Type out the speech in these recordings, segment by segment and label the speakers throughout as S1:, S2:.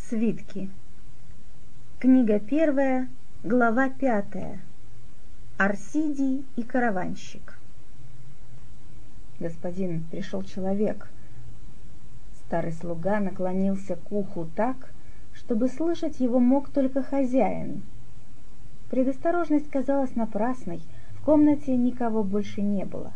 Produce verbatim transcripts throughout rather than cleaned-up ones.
S1: Свитки. Книга первая, глава пятая. Арсидий и караванщик. Господин, пришел человек. Старый слуга наклонился к уху так, чтобы слышать его мог только хозяин. Предосторожность казалась напрасной, в комнате никого больше не было.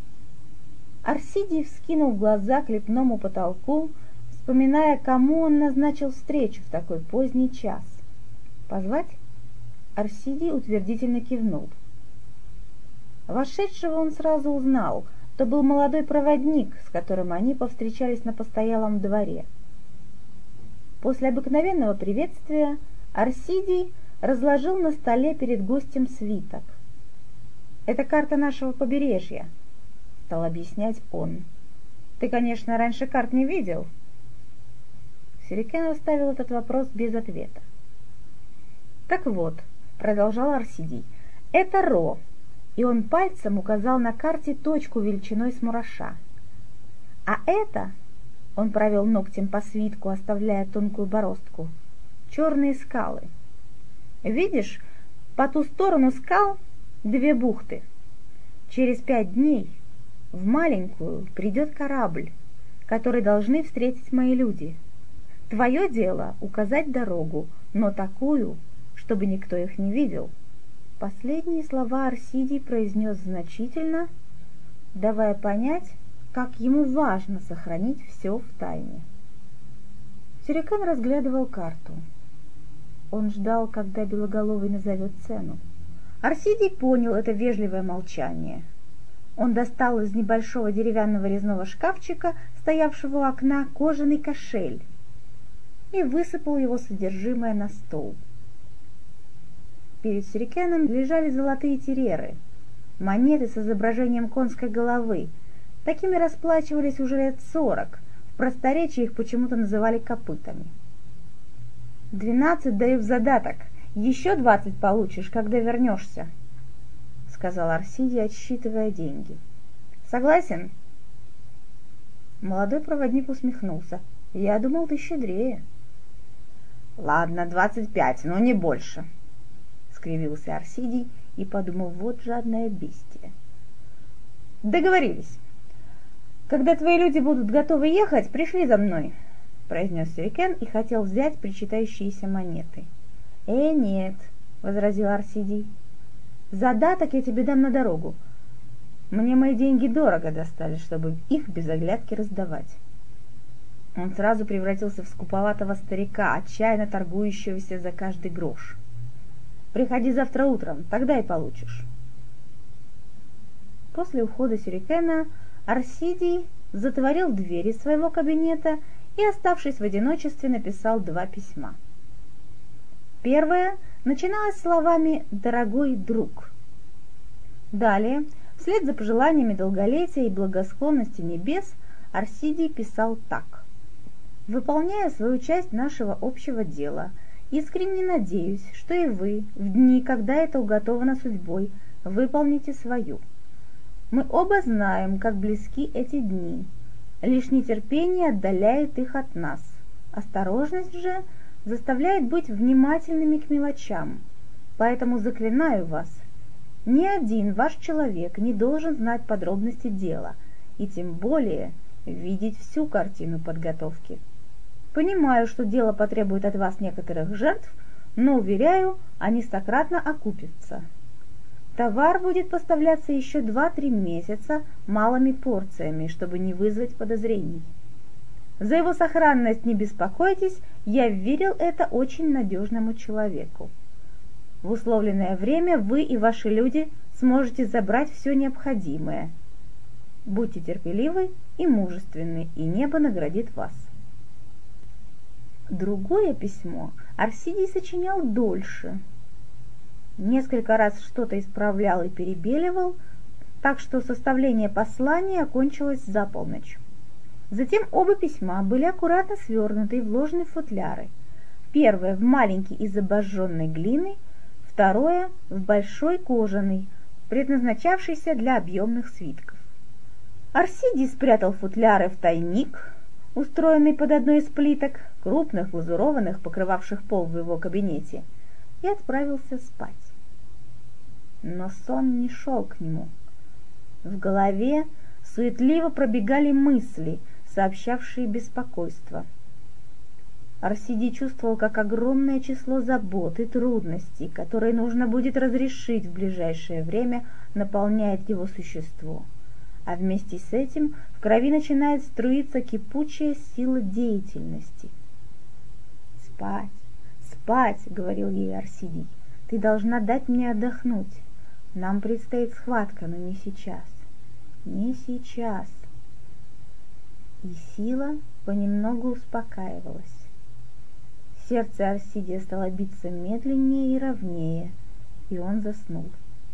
S1: Арсидий вскинул глаза к лепному потолку, вспоминая, кому он назначил встречу в такой поздний час. «Позвать?» Арсидий утвердительно кивнул. Вошедшего он сразу узнал. То был молодой проводник, с которым они повстречались на постоялом дворе. После обыкновенного приветствия Арсидий разложил на столе перед гостем свиток. «Это карта нашего побережья», — стал объяснять он. «Ты, конечно, раньше карт не видел?» Сюрикен оставил этот вопрос без ответа. «Так вот», — продолжал Арсидий, — «это Ро», и он пальцем указал на карте точку величиной с мураша. «А это», — он провел ногтем по свитку, оставляя тонкую бороздку, — «черные скалы. Видишь, по ту сторону скал две бухты. Через пять дней в маленькую придет корабль, который должны встретить мои люди. Твое дело указать дорогу, но такую, чтобы никто их не видел». Последние слова Арсидий произнес значительно, давая понять, как ему важно сохранить все в тайне. Сюрикен разглядывал карту. Он ждал, когда Белоголовый назовет цену. Арсидий понял это вежливое молчание. Он достал из небольшого деревянного резного шкафчика, стоявшего у окна, кожаный кошель и высыпал его содержимое на стол. Перед Сюрикеном лежали золотые тереры, монеты с изображением конской головы. Такими расплачивались уже лет сорок, в просторечии их почему-то называли копытами. «Двенадцать даю в задаток, еще двадцать получишь, когда вернешься», — сказал Арсидий, отсчитывая деньги. «Согласен?» Молодой проводник усмехнулся. «Я думал, ты щедрее». «Ладно, двадцать пять, но не больше», — скривился Арсидий и подумал, вот жадное бестие. «Договорились. Когда твои люди будут готовы ехать, пришли за мной», — произнес Сюрикен и хотел взять причитающиеся монеты. «Э, нет», — возразил Арсидий, — «задаток я тебе дам на дорогу. Мне мои деньги дорого достались, чтобы их без оглядки раздавать». Он сразу превратился в скуповатого старика, отчаянно торгующегося за каждый грош. «Приходи завтра утром, тогда и получишь». После ухода Сюрикена Арсидий затворил двери своего кабинета и, оставшись в одиночестве, написал два письма. Первое начиналось словами «Дорогой друг». Далее, вслед за пожеланиями долголетия и благосклонности небес, Арсидий писал так: «Выполняя свою часть нашего общего дела, искренне надеюсь, что и вы, в дни, когда это уготовано судьбой, выполните свою. Мы оба знаем, как близки эти дни. Лишь нетерпение отдаляет их от нас. Осторожность же заставляет быть внимательными к мелочам. Поэтому заклинаю вас, ни один ваш человек не должен знать подробности дела, и тем более видеть всю картину подготовки. Понимаю, что дело потребует от вас некоторых жертв, но, уверяю, они стократно окупятся. Товар будет поставляться еще два-три месяца малыми порциями, чтобы не вызвать подозрений. За его сохранность не беспокойтесь, я вверил это очень надежному человеку. В условленное время вы и ваши люди сможете забрать все необходимое. Будьте терпеливы и мужественны, и небо наградит вас». Другое письмо Арсидий сочинял дольше. Несколько раз что-то исправлял и перебеливал, так что составление послания окончилось за полночь. Затем оба письма были аккуратно свернуты и вложены в футляры. Первое в маленький из обожженной глины, второе в большой кожаный, предназначавшийся для объемных свитков. Арсидий спрятал футляры в тайник, устроенный под одной из плиток, крупных, глазурованных, покрывавших пол в его кабинете, и отправился спать. Но сон не шел к нему. В голове суетливо пробегали мысли, сообщавшие беспокойство. Арсидий чувствовал, как огромное число забот и трудностей, которые нужно будет разрешить в ближайшее время, наполняет его существо. А вместе с этим в крови начинает струиться кипучая сила деятельности. «Спать, спать!» — говорил ей Арсидий. «Ты должна дать мне отдохнуть. Нам предстоит схватка, но не сейчас. Не сейчас». И сила понемногу успокаивалась. Сердце Арсидия стало биться медленнее и ровнее, и он заснул.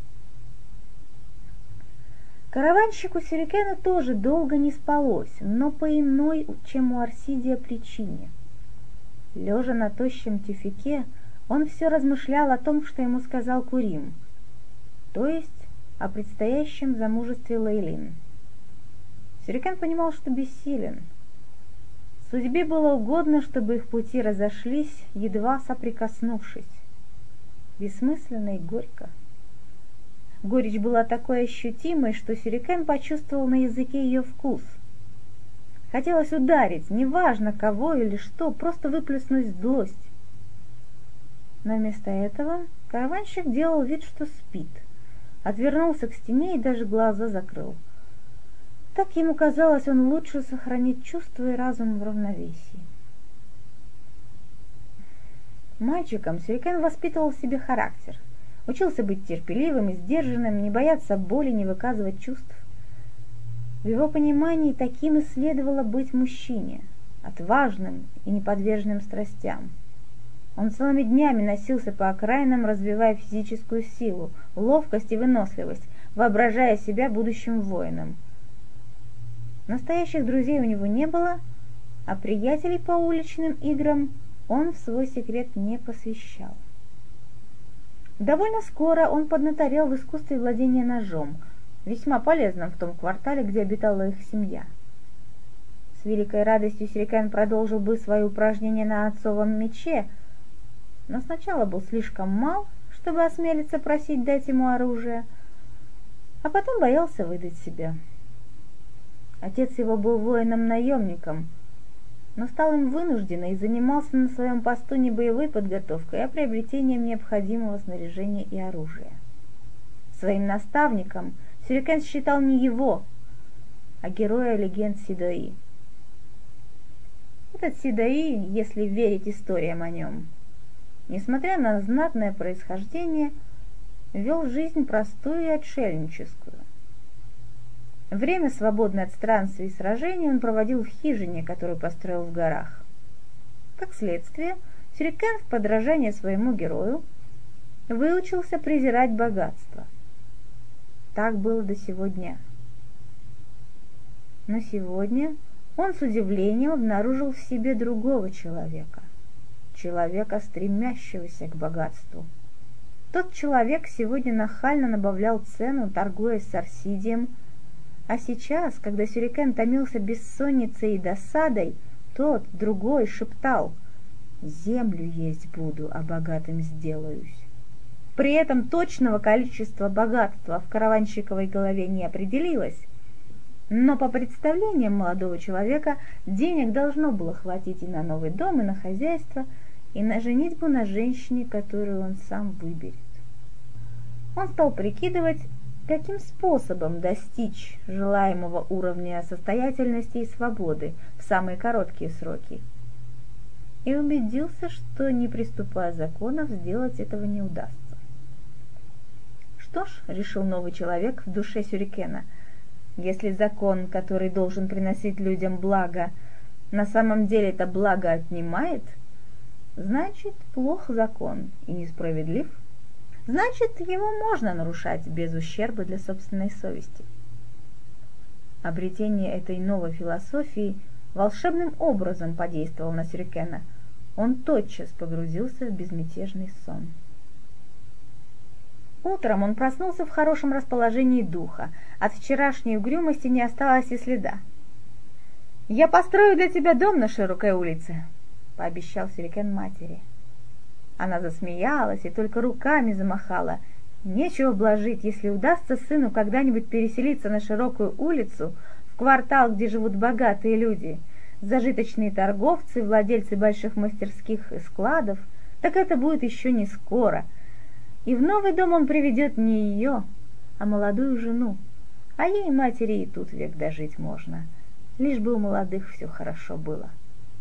S1: Караванщику Сюрикену тоже долго не спалось, но по иной, чем у Арсидия, причине. Лежа на тощем тюфяке, он все размышлял о том, что ему сказал Курим, то есть о предстоящем замужестве Лейлин. Сюрикен понимал, что бессилен. Судьбе было угодно, чтобы их пути разошлись, едва соприкоснувшись. Бессмысленно и горько. Горечь была такой ощутимой, что Сюрикен почувствовал на языке ее вкус. Хотелось ударить, неважно кого или что, просто выплеснуть злость. Но вместо этого караванщик делал вид, что спит, отвернулся к стене и даже глаза закрыл. Так ему казалось, он лучше сохранит чувство и разум в равновесии. Мальчиком Сюрикен воспитывал в себе характер. Учился быть терпеливым и сдержанным, не бояться боли, не выказывать чувств. В его понимании таким и следовало быть мужчине, отважным и неподверженным страстям. Он целыми днями носился по окраинам, развивая физическую силу, ловкость и выносливость, воображая себя будущим воином. Настоящих друзей у него не было, а приятелей по уличным играм он в свой секрет не посвящал. Довольно скоро он поднаторел в искусстве владения ножом, весьма полезном в том квартале, где обитала их семья. С великой радостью Сюрикен продолжил бы свои упражнения на отцовом мече, но сначала был слишком мал, чтобы осмелиться просить дать ему оружие, а потом боялся выдать себя. Отец его был воином-наемником, но стал им вынужденно и занимался на своем посту не боевой подготовкой, а приобретением необходимого снаряжения и оружия. Своим наставником Сюрикен считал не его, а героя легенд Сидои. Этот Сидои, если верить историям о нем, несмотря на знатное происхождение, вел жизнь простую и отшельническую. Время, свободное от странствий и сражений, он проводил в хижине, которую построил в горах. Как следствие, Сюрикен, в подражание своему герою, выучился презирать богатство. Так было до сего дня. Но сегодня он с удивлением обнаружил в себе другого человека, человека, стремящегося к богатству. Тот человек сегодня нахально набавлял цену, торгуясь с Арсидием, а сейчас, когда Сюрикен томился бессонницей и досадой, тот, другой, шептал: «Землю есть буду, а богатым сделаюсь». При этом точного количества богатства в караванщиковой голове не определилось, но по представлениям молодого человека денег должно было хватить и на новый дом, и на хозяйство, и на женитьбу на женщине, которую он сам выберет. Он стал прикидывать, каким способом достичь желаемого уровня состоятельности и свободы в самые короткие сроки, и убедился, что, не приступая законов, сделать этого не удастся. Что ж, решил новый человек в душе Сюрикена, если закон, который должен приносить людям благо, на самом деле это благо отнимает, значит, плох закон и несправедлив. Значит, его можно нарушать без ущерба для собственной совести. Обретение этой новой философии волшебным образом подействовало на Сюрикена. Он тотчас погрузился в безмятежный сон. Утром он проснулся в хорошем расположении духа. От вчерашней угрюмости не осталось и следа. «Я построю для тебя дом на широкой улице», — пообещал Сюрикен матери. Она засмеялась и только руками замахала. Нечего блажить, если удастся сыну когда-нибудь переселиться на широкую улицу, в квартал, где живут богатые люди, зажиточные торговцы, владельцы больших мастерских и складов, так это будет еще не скоро. И в новый дом он приведет не ее, а молодую жену. А ей, матери, и тут век дожить можно, лишь бы у молодых все хорошо было.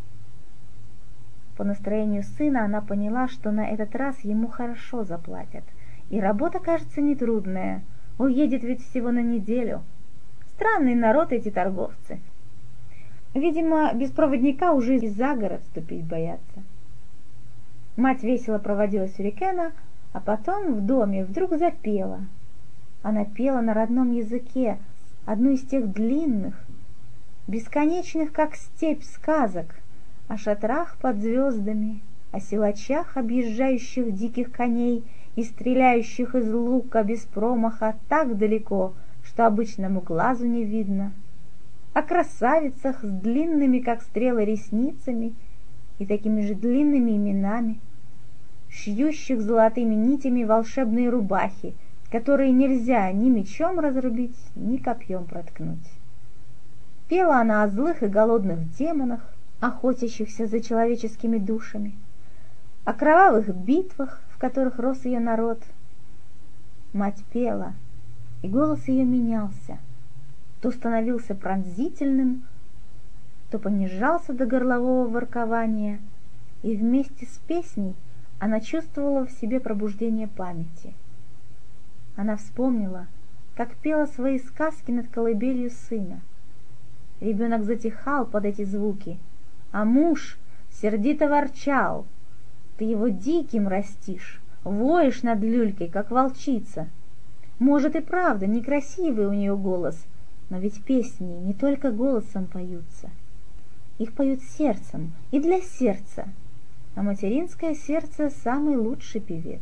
S1: По настроению сына она поняла, что на этот раз ему хорошо заплатят, и работа, кажется, нетрудная, уедет ведь всего на неделю. Странный народ эти торговцы. Видимо, без проводника уже и за город ступить боятся. Мать весело проводила Сюрикена, а потом в доме вдруг запела. Она пела на родном языке одну из тех длинных, бесконечных, как степь, сказок о шатрах под звездами, о силачах, объезжающих диких коней и стреляющих из лука без промаха так далеко, что обычному глазу не видно, о красавицах с длинными, как стрелы, ресницами и такими же длинными именами, шьющих золотыми нитями волшебные рубахи, которые нельзя ни мечом разрубить, ни копьем проткнуть. Пела она о злых и голодных демонах, охотящихся за человеческими душами, о кровавых битвах, в которых рос ее народ. Мать пела, и голос ее менялся, то становился пронзительным, то понижался до горлового воркования, и вместе с песней она чувствовала в себе пробуждение памяти. Она вспомнила, как пела свои сказки над колыбелью сына. Ребенок затихал под эти звуки, а муж сердито ворчал: «Ты его диким растишь, воешь над люлькой, как волчица». Может и правда, некрасивый у нее голос, но ведь песни не только голосом поются. Их поют сердцем и для сердца, а материнское сердце – самый лучший певец.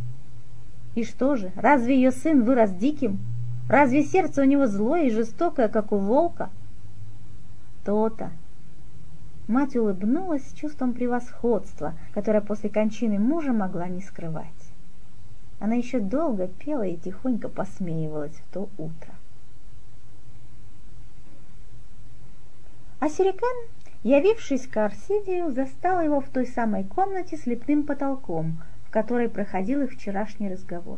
S1: И что же, разве ее сын вырос диким? Разве сердце у него злое и жестокое, как у волка? То-то. Мать улыбнулась с чувством превосходства, которое после кончины мужа могла не скрывать. Она еще долго пела и тихонько посмеивалась в то утро. А Сюрикен, явившись к Арсидию, застал его в той самой комнате с лепным потолком, в которой проходил их вчерашний разговор.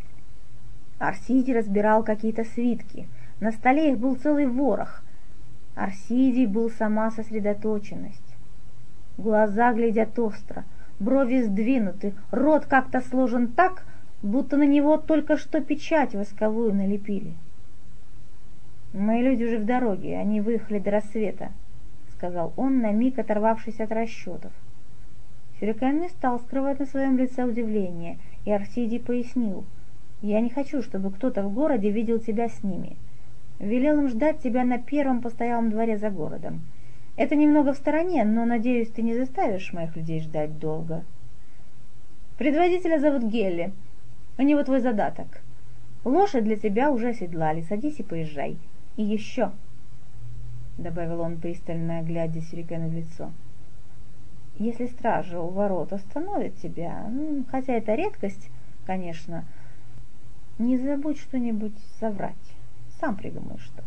S1: Арсидий разбирал какие-то свитки, на столе их был целый ворох. Арсидий был сама сосредоточенность. Глаза глядят остро, брови сдвинуты, рот как-то сложен так, будто на него только что печать восковую налепили. «Мои люди уже в дороге, они выехали до рассвета», — сказал он, на миг оторвавшись от расчетов. Сюрикен не стал скрывать на своем лице удивление, и Арсидий пояснил: «Я не хочу, чтобы кто-то в городе видел тебя с ними. Велел им ждать тебя на первом постоялом дворе за городом. Это немного в стороне, но, надеюсь, ты не заставишь моих людей ждать долго. Предводителя зовут Гелли, у него твой задаток. Лошадь для тебя уже оседлали, садись и поезжай. И еще», — добавил он, пристально глядя Сюрикену в лицо, — «если стража у ворот остановит тебя, хотя это редкость, конечно, не забудь что-нибудь соврать, сам придумай что».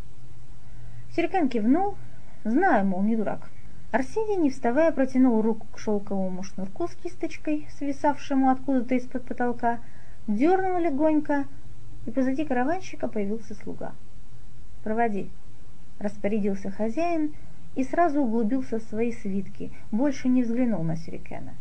S1: Сюрикен кивнул, знаю, мол, не дурак. Арсидий, не вставая, протянул руку к шелковому шнурку с кисточкой, свисавшему откуда-то из-под потолка, дернул легонько, и позади караванщика появился слуга. «Проводи», — распорядился хозяин и сразу углубился в свои свитки, больше не взглянул на Сюрикена.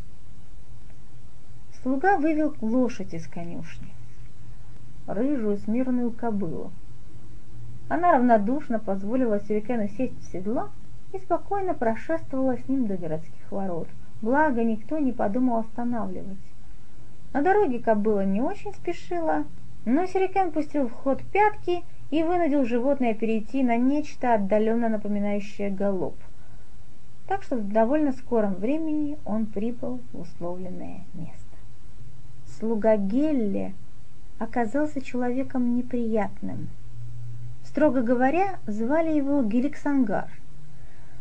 S1: Слуга вывел лошадь из конюшни, рыжую смирную кобылу. Она равнодушно позволила Сюрикену сесть в седло и спокойно прошествовала с ним до городских ворот, благо никто не подумал останавливать. На дороге кобыла не очень спешила, но Сюрикен пустил в ход пятки и вынудил животное перейти на нечто отдаленно напоминающее галоп. Так что в довольно скором времени он прибыл в условленное место. Слуга Гелли оказался человеком неприятным. Строго говоря, звали его Геликсангар.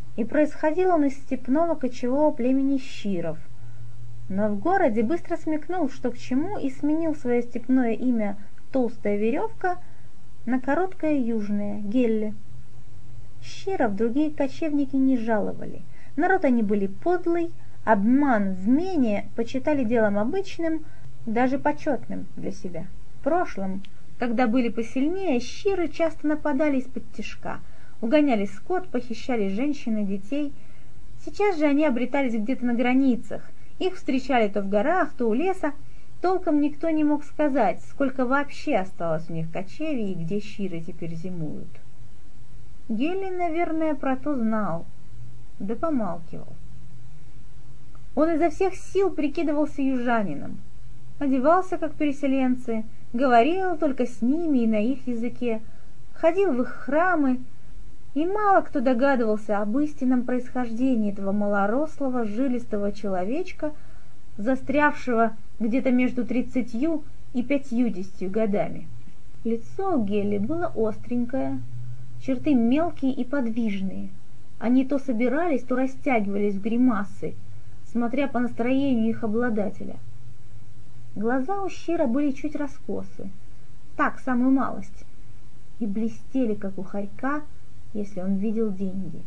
S1: и происходил он из степного кочевого племени щиров. Но в городе быстро смекнул, что к чему, и сменил свое степное имя «Толстая веревка» на короткое южное «Гелли». Щиров другие кочевники не жаловали. Народ они были подлый, обман в мене почитали делом обычным, даже почетным для себя. В прошлом, когда были посильнее, щиры часто нападали из-под тишка, угоняли скот, похищали женщин и детей. Сейчас же они обретались где-то на границах. Их встречали то в горах, то у леса. Толком никто не мог сказать, сколько вообще осталось у них кочевий и где щиры теперь зимуют. Гелли, наверное, про то знал, да помалкивал. Он изо всех сил прикидывался южанином, одевался как переселенцы, говорил только с ними и на их языке, ходил в их храмы, и мало кто догадывался об истинном происхождении этого малорослого, жилистого человечка, застрявшего где-то между тридцатью и пятьюдесятью годами. Лицо у Гелли было остренькое, черты мелкие и подвижные. Они то собирались, то растягивались в гримасы, смотря по настроению их обладателя. Глаза у щира были чуть раскосы, так, самую малость, и блестели, как у хорька, если он видел деньги.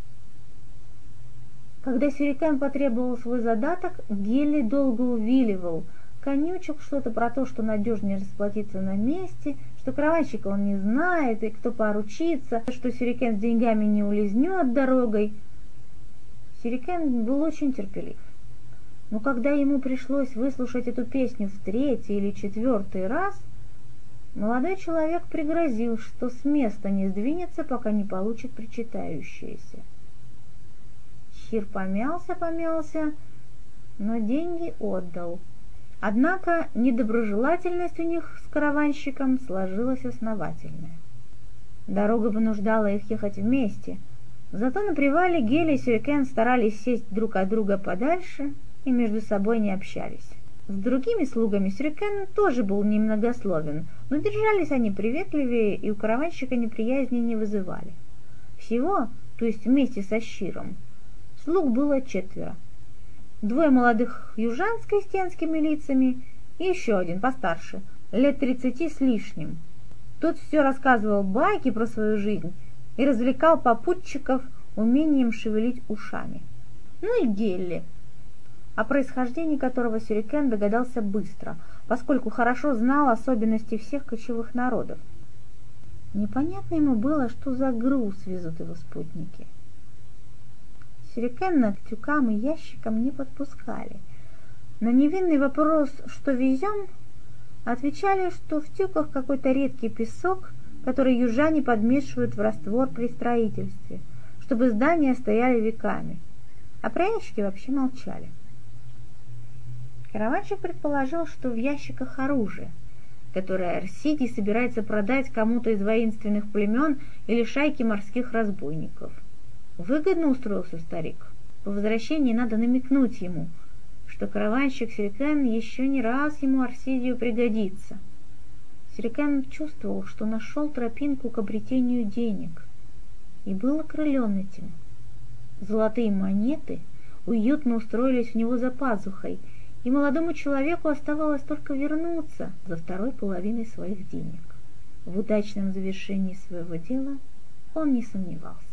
S1: Когда Сюрикен потребовал свой задаток, Гелли долго увиливал, конючил что-то про то, что надежнее расплатиться на месте, что караванщика он не знает, и кто поручится, что Сюрикен с деньгами не улизнет дорогой. Сюрикен был очень терпелив. Но когда ему пришлось выслушать эту песню в третий или четвертый раз, молодой человек пригрозил, что с места не сдвинется, пока не получит причитающееся. Щир помялся-помялся, но деньги отдал. Однако недоброжелательность у них с караванщиком сложилась основательная. Дорога вынуждала их ехать вместе, зато на привале Гелли и Сюрикен старались сесть друг от друга подальше и между собой не общались. С другими слугами Сюрикен тоже был немногословен, но держались они приветливее и у караванщика неприязни не вызывали. Всего, то есть вместе со Щиром, слуг было четверо. Двое молодых южан с крестьянскими лицами и еще один постарше, лет тридцати с лишним. Тот все рассказывал байки про свою жизнь и развлекал попутчиков умением шевелить ушами. Ну и Гелли, о происхождении которого Сюрикен догадался быстро, поскольку хорошо знал особенности всех кочевых народов. Непонятно ему было, что за груз везут его спутники. Сюрикена к тюкам и ящикам не подпускали. На невинный вопрос, что везем, отвечали, что в тюках какой-то редкий песок, который южане подмешивают в раствор при строительстве, чтобы здания стояли веками, а про ящики вообще молчали. Караванщик предположил, что в ящиках оружие, которое Арсидий собирается продать кому-то из воинственных племен или шайки морских разбойников. Выгодно устроился старик. По возвращении надо намекнуть ему, что караванщик Сюрикен еще не раз ему Арсидию пригодится. Сюрикен чувствовал, что нашел тропинку к обретению денег, и был окрылен этим. Золотые монеты уютно устроились у него за пазухой, и молодому человеку оставалось только вернуться за второй половиной своих денег. В удачном завершении своего дела он не сомневался.